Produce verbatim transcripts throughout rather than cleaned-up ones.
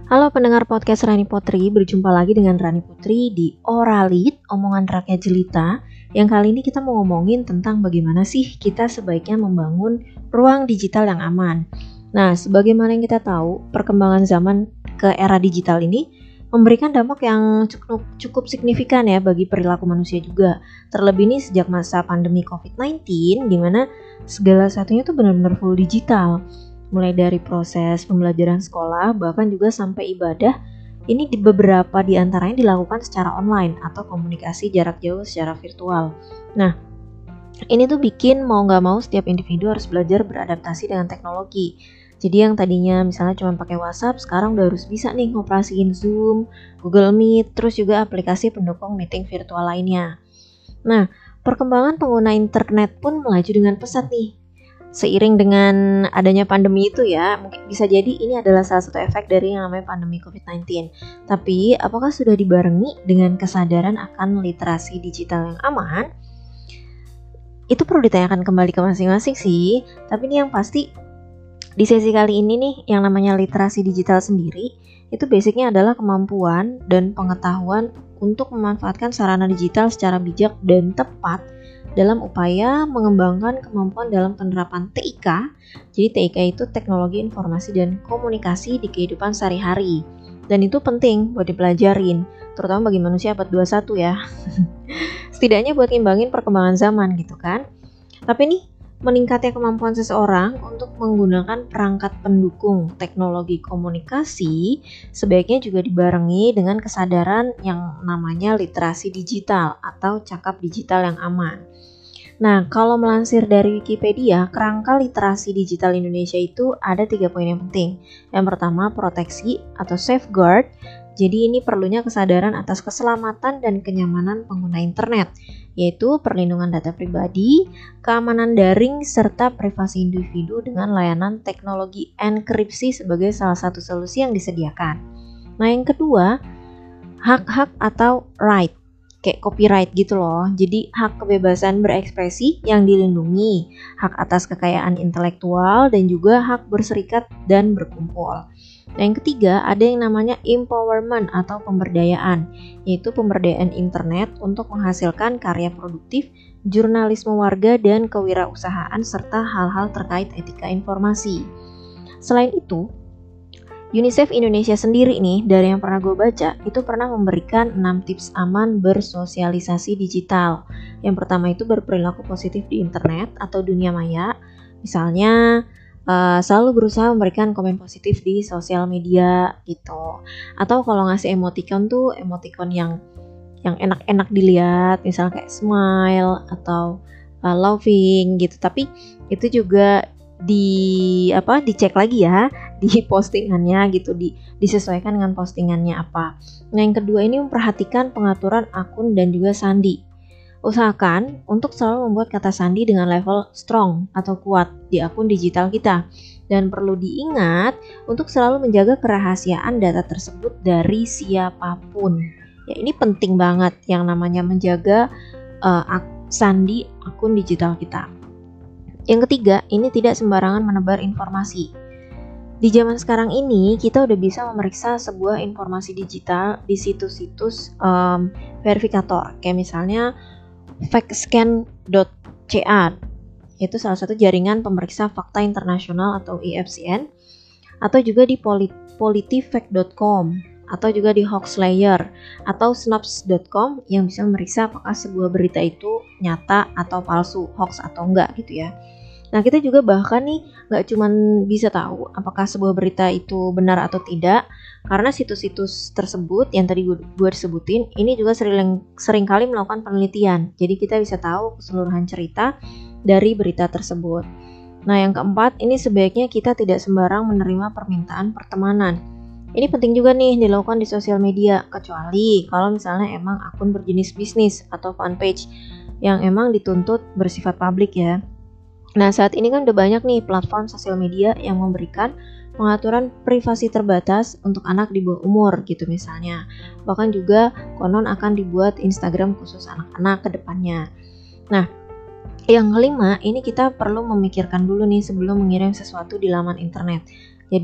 Halo pendengar podcast Rani Putri, berjumpa lagi dengan Rani Putri di Oralit, omongan rakyat jelita. Yang kali ini kita mau ngomongin tentang bagaimana sih kita sebaiknya membangun ruang digital yang aman. Nah, sebagaimana yang kita tahu, perkembangan zaman ke era digital ini memberikan dampak yang cukup, cukup signifikan ya bagi perilaku manusia juga. Terlebih nih sejak masa pandemi covid sembilan belas, di mana segala satunya tuh benar-benar full digital. Mulai dari proses pembelajaran sekolah, bahkan juga sampai ibadah, ini di beberapa di antaranya dilakukan secara online atau komunikasi jarak jauh secara virtual. Nah, ini tuh bikin mau nggak mau setiap individu harus belajar beradaptasi dengan teknologi. Jadi yang tadinya misalnya cuma pakai WhatsApp, sekarang udah harus bisa nih ngoperasiin Zoom, Google Meet, terus juga aplikasi pendukung meeting virtual lainnya. Nah, perkembangan pengguna internet pun melaju dengan pesat nih. Seiring dengan adanya pandemi itu ya, mungkin bisa jadi ini adalah salah satu efek dari yang namanya pandemi covid sembilan belas. Tapi, apakah sudah dibarengi dengan kesadaran akan literasi digital yang aman? Itu perlu ditanyakan kembali ke masing-masing sih. Tapi ini yang pasti, di sesi kali ini nih, yang namanya literasi digital sendiri, itu basicnya adalah kemampuan dan pengetahuan untuk memanfaatkan sarana digital secara bijak dan tepat dalam upaya mengembangkan kemampuan dalam penerapan T I K. Jadi T I K itu teknologi informasi dan komunikasi di kehidupan sehari-hari. Dan itu penting buat dipelajarin, terutama bagi manusia abad dua puluh satu ya. Setidaknya buat ngimbangin perkembangan zaman gitu kan. Tapi nih, meningkatnya kemampuan seseorang untuk menggunakan perangkat pendukung teknologi komunikasi sebaiknya juga dibarengi dengan kesadaran yang namanya literasi digital atau cakap digital yang aman. Nah, kalau melansir dari Wikipedia, kerangka literasi digital Indonesia itu ada tiga poin yang penting. Yang pertama, proteksi atau safeguard. Jadi ini perlunya kesadaran atas keselamatan dan kenyamanan pengguna internet, yaitu perlindungan data pribadi, keamanan daring, serta privasi individu dengan layanan teknologi enkripsi sebagai salah satu solusi yang disediakan. Nah, yang kedua, hak-hak atau right, kayak copyright gitu loh. Jadi hak kebebasan berekspresi yang dilindungi, hak atas kekayaan intelektual, dan juga hak berserikat dan berkumpul. Nah, yang ketiga, ada yang namanya empowerment atau pemberdayaan, yaitu pemberdayaan internet untuk menghasilkan karya produktif, jurnalisme warga, dan kewirausahaan, serta hal-hal terkait etika informasi. Selain itu, UNICEF Indonesia sendiri nih, dari yang pernah gue baca, itu pernah memberikan enam tips aman bersosialisasi digital. Yang pertama itu berperilaku positif di internet atau dunia maya. Misalnya, uh, selalu berusaha memberikan komen positif di sosial media gitu. Atau kalau ngasih emoticon tuh, emoticon yang yang enak-enak dilihat, misalnya kayak smile atau uh, laughing gitu. Tapi itu juga di apa dicek lagi ya di postingannya gitu, di disesuaikan dengan postingannya apa. Nah, yang kedua ini memperhatikan pengaturan akun dan juga sandi. Usahakan untuk selalu membuat kata sandi dengan level strong atau kuat di akun digital kita. Dan perlu diingat untuk selalu menjaga kerahasiaan data tersebut dari siapapun. Ya, ini penting banget yang namanya menjaga uh, ak- sandi akun digital kita. Yang ketiga, ini tidak sembarangan menebar informasi. Di zaman sekarang ini, kita udah bisa memeriksa sebuah informasi digital di situs-situs um, verifikator. Kayak misalnya factscan dot c a, itu salah satu jaringan pemeriksa fakta internasional atau I F C N. Atau juga di politifact dot com, atau juga di hoaxlayer, atau snaps dot com yang bisa memeriksa apakah sebuah berita itu nyata atau palsu, hoax atau enggak gitu ya. Nah, kita juga bahkan nih nggak cuma bisa tahu apakah sebuah berita itu benar atau tidak, karena situs-situs tersebut yang tadi gue, gue sebutin ini juga sering sering kali melakukan penelitian. Jadi kita bisa tahu keseluruhan cerita dari berita tersebut. Nah, yang keempat, ini sebaiknya kita tidak sembarang menerima permintaan pertemanan. Ini penting juga nih dilakukan di sosial media, kecuali kalau misalnya emang akun berjenis bisnis atau fanpage yang emang dituntut bersifat publik ya. Nah, saat ini kan udah banyak nih platform sosial media yang memberikan pengaturan privasi terbatas untuk anak di bawah umur gitu misalnya. Bahkan juga konon akan dibuat Instagram khusus anak-anak ke depannya. Nah, yang kelima, ini kita perlu memikirkan dulu nih sebelum mengirim sesuatu di laman internet. Jadi,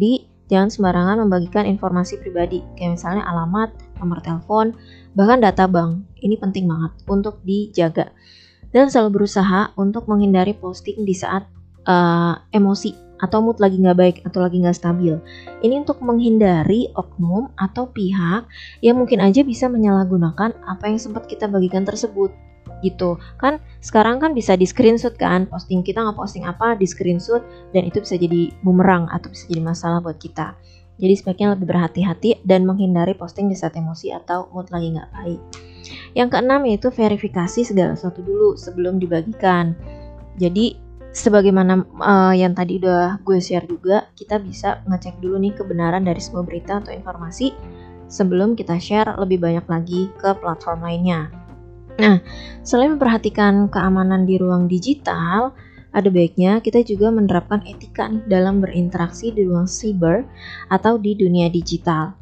jangan sembarangan membagikan informasi pribadi, kayak misalnya alamat, nomor telepon, bahkan data bank. Ini penting banget untuk dijaga. Dan selalu berusaha untuk menghindari posting di saat uh, emosi atau mood lagi nggak baik atau lagi nggak stabil. Ini untuk menghindari oknum atau pihak yang mungkin aja bisa menyalahgunakan apa yang sempat kita bagikan tersebut. Gitu kan, sekarang kan bisa di screenshot kan, posting kita nggak posting apa di screenshot, dan itu bisa jadi bumerang atau bisa jadi masalah buat kita. Jadi sebaiknya lebih berhati-hati dan menghindari posting di saat emosi atau mood lagi nggak baik. Yang keenam yaitu verifikasi segala sesuatu dulu sebelum dibagikan. Jadi sebagaimana uh, yang tadi udah gue share juga, kita bisa ngecek dulu nih kebenaran dari sebuah berita atau informasi sebelum kita share lebih banyak lagi ke platform lainnya. Nah, selain memperhatikan keamanan di ruang digital, ada baiknya kita juga menerapkan etika nih dalam berinteraksi di ruang cyber atau di dunia digital.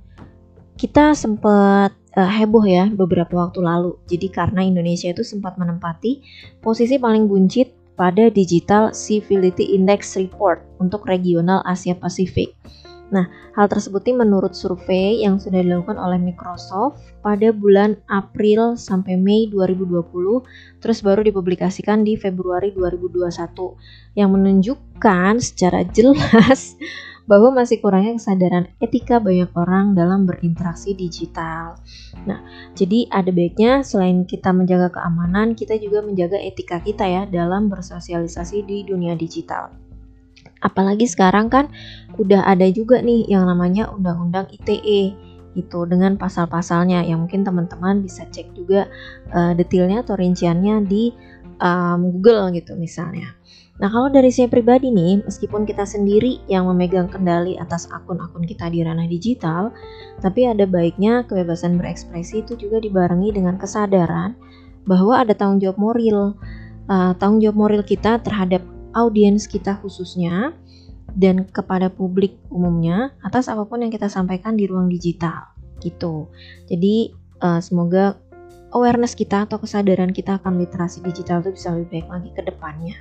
Kita sempat uh, heboh ya beberapa waktu lalu. Jadi karena Indonesia itu sempat menempati posisi paling buncit pada Digital Civility Index Report untuk regional Asia Pasifik. Nah, hal tersebut ini menurut survei yang sudah dilakukan oleh Microsoft pada bulan April sampai Mei dua ribu dua puluh, terus baru dipublikasikan di Februari dua ribu dua puluh satu, yang menunjukkan secara jelas bahwa masih kurangnya kesadaran etika banyak orang dalam berinteraksi digital. Nah, jadi ada baiknya selain kita menjaga keamanan, kita juga menjaga etika kita ya dalam bersosialisasi di dunia digital. Apalagi sekarang kan udah ada juga nih yang namanya Undang-Undang I T E itu dengan pasal-pasalnya yang mungkin teman-teman bisa cek juga uh, detailnya atau rinciannya di um, Google gitu misalnya. Nah, kalau dari saya pribadi nih, meskipun kita sendiri yang memegang kendali atas akun-akun kita di ranah digital, tapi ada baiknya kebebasan berekspresi itu juga dibarengi dengan kesadaran bahwa ada tanggung jawab moral, uh, tanggung jawab moral kita terhadap audiens kita khususnya dan kepada publik umumnya atas apapun yang kita sampaikan di ruang digital gitu. Jadi uh, semoga awareness kita atau kesadaran kita akan literasi digital itu bisa lebih baik lagi ke depannya.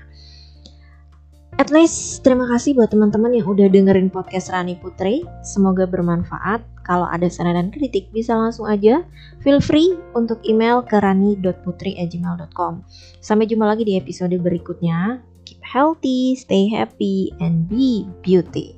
At least terima kasih buat teman-teman yang udah dengerin podcast Rani Putri. Semoga bermanfaat. Kalau ada saran dan kritik bisa langsung aja feel free untuk email ke rani dot putri at gmail dot com. Sampai jumpa lagi di episode berikutnya. Keep healthy, stay happy, and be beauty.